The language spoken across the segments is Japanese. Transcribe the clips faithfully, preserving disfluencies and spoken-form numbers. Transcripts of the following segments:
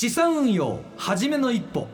資産運用はじめの一歩。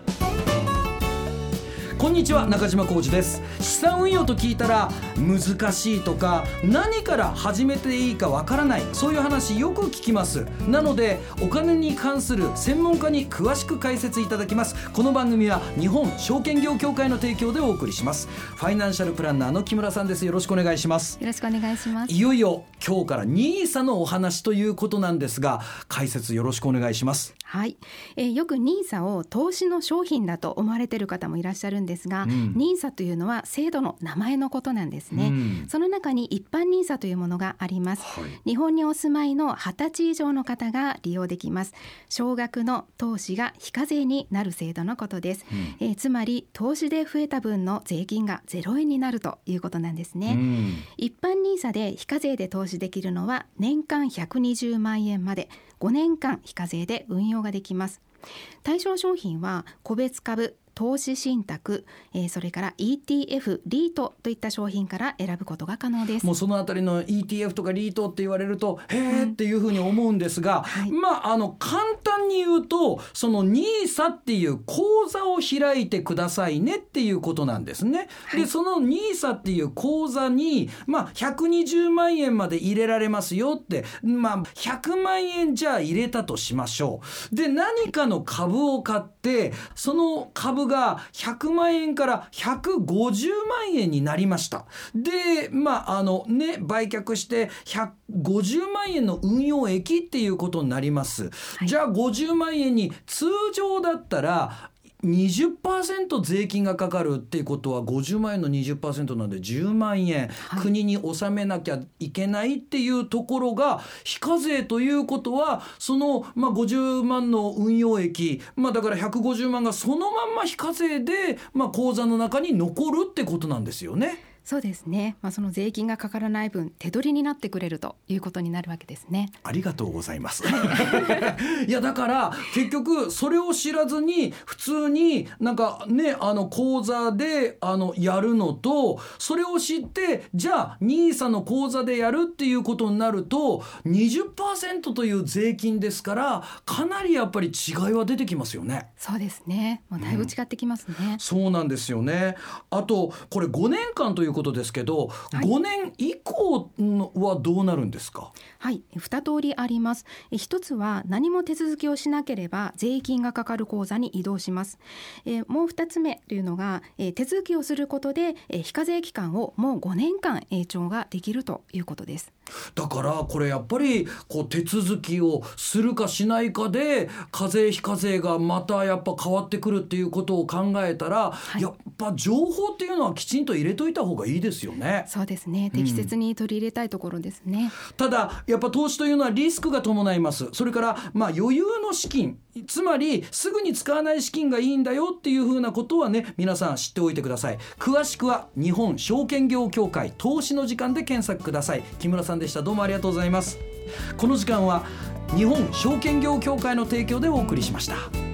こんにちは、中島浩二です。資産運用と聞いたら難しいとか何から始めていいかわからない、そういう話よく聞きます。なのでお金に関する専門家に詳しく解説いただきます。この番組は日本証券業協会の提供でお送りします。ファイナンシャルプランナーの木村さんです。よろしくお願いします。 よろしくお願いします。 いよいよ今日から ニーサ のお話ということなんですが、解説よろしくお願いします。 はい、えー、よく ニーサ を投資の商品だと思われている方もいらっしゃるんですが、うん、ニーサ というのは制度の名前のことなんですね、うん、その中に一般 ニーサ というものがあります、はい、日本にお住まいのはたち以上の方が利用できます。少額の投資が非課税になる制度のことです、うんえー、つまり投資で増えた分の税金がゼロえんになるということなんですね、うん、一般 ニーサ で非課税で投資できるのは年間ひゃくにじゅうまんえんまでごねんかん非課税で運用ができます。対象商品は個別株、投資信託、えー、それから イーティーエフ、リートといった商品から選ぶことが可能です。 もうそのあたりの イーティーエフ とかリートって言われるとへーっていうふうに思うんですが、うんはい、まああの簡単に言うとその ニーサ っていう口座を開いてくださいねっていうことなんですね、はい、でその ニーサ っていう口座に、まあ、ひゃくにじゅうまんえんまで入れられますよって、まあ、ひゃくまんえんじゃあ入れたとしましょう。で何かの株を買ってその株がひゃくまんえんからひゃくごじゅうまんえんになりました。でまああのね売却してひゃくごじゅうまんえんの運用益っていうことになります、はい、じゃあごじゅうまんえんに通常だったらにじゅっパーセント 税金がかかるっていうことはごじゅうまんえんの にじゅっパーセント なんでじゅうまんえん、はい、国に納めなきゃいけないっていうところが非課税ということはその、まあ、ごじゅうまんの運用益、まあ、だからひゃくごじゅうまんがそのまんま非課税で、まあ、口座の中に残るってことなんですよね。 そうですね、まあ、その税金がかからない分手取りになってくれるということになるわけですね。 ありがとうございますいやだから結局それを知らずに普通になんかねあの口座であのやるのと、それを知ってじゃあ ニーサ の口座でやるっていうことになると にじゅっパーセント という税金ですからかなりやっぱり違いは出てきますよね。 そうですね、もうだいぶ違ってきますね、 うん、そうなんですよね。あとこれごねんかんということですけど、はい、ごねん以降はどうなるんですか？ はい、に通りあります。一つは何も手続きをしなければ税金がかかる口座に移動します。えー、もうふたつめというのが、えー、手続きをすることで、えー、非課税期間をもうごねんかん延長ができるということです。 だからこれやっぱりこう手続きをするかしないかで課税非課税がまたやっぱ変わってくるっていうことを考えたら、はい、やっぱ情報っていうのはきちんと入れといた方がいいですよね。 そうですね、適切に取り入れたいところですね、 うん、ただやっぱ投資というのはリスクが伴います。それからまあ余裕の資金、つまりすぐに使わない資金がいいんだよっていうふうなことはね皆さん知っておいてください。詳しくは日本証券業協会投資の時間で検索ください。木村さんでした。どうもありがとうございます。この時間は日本証券業協会の提供でお送りしました。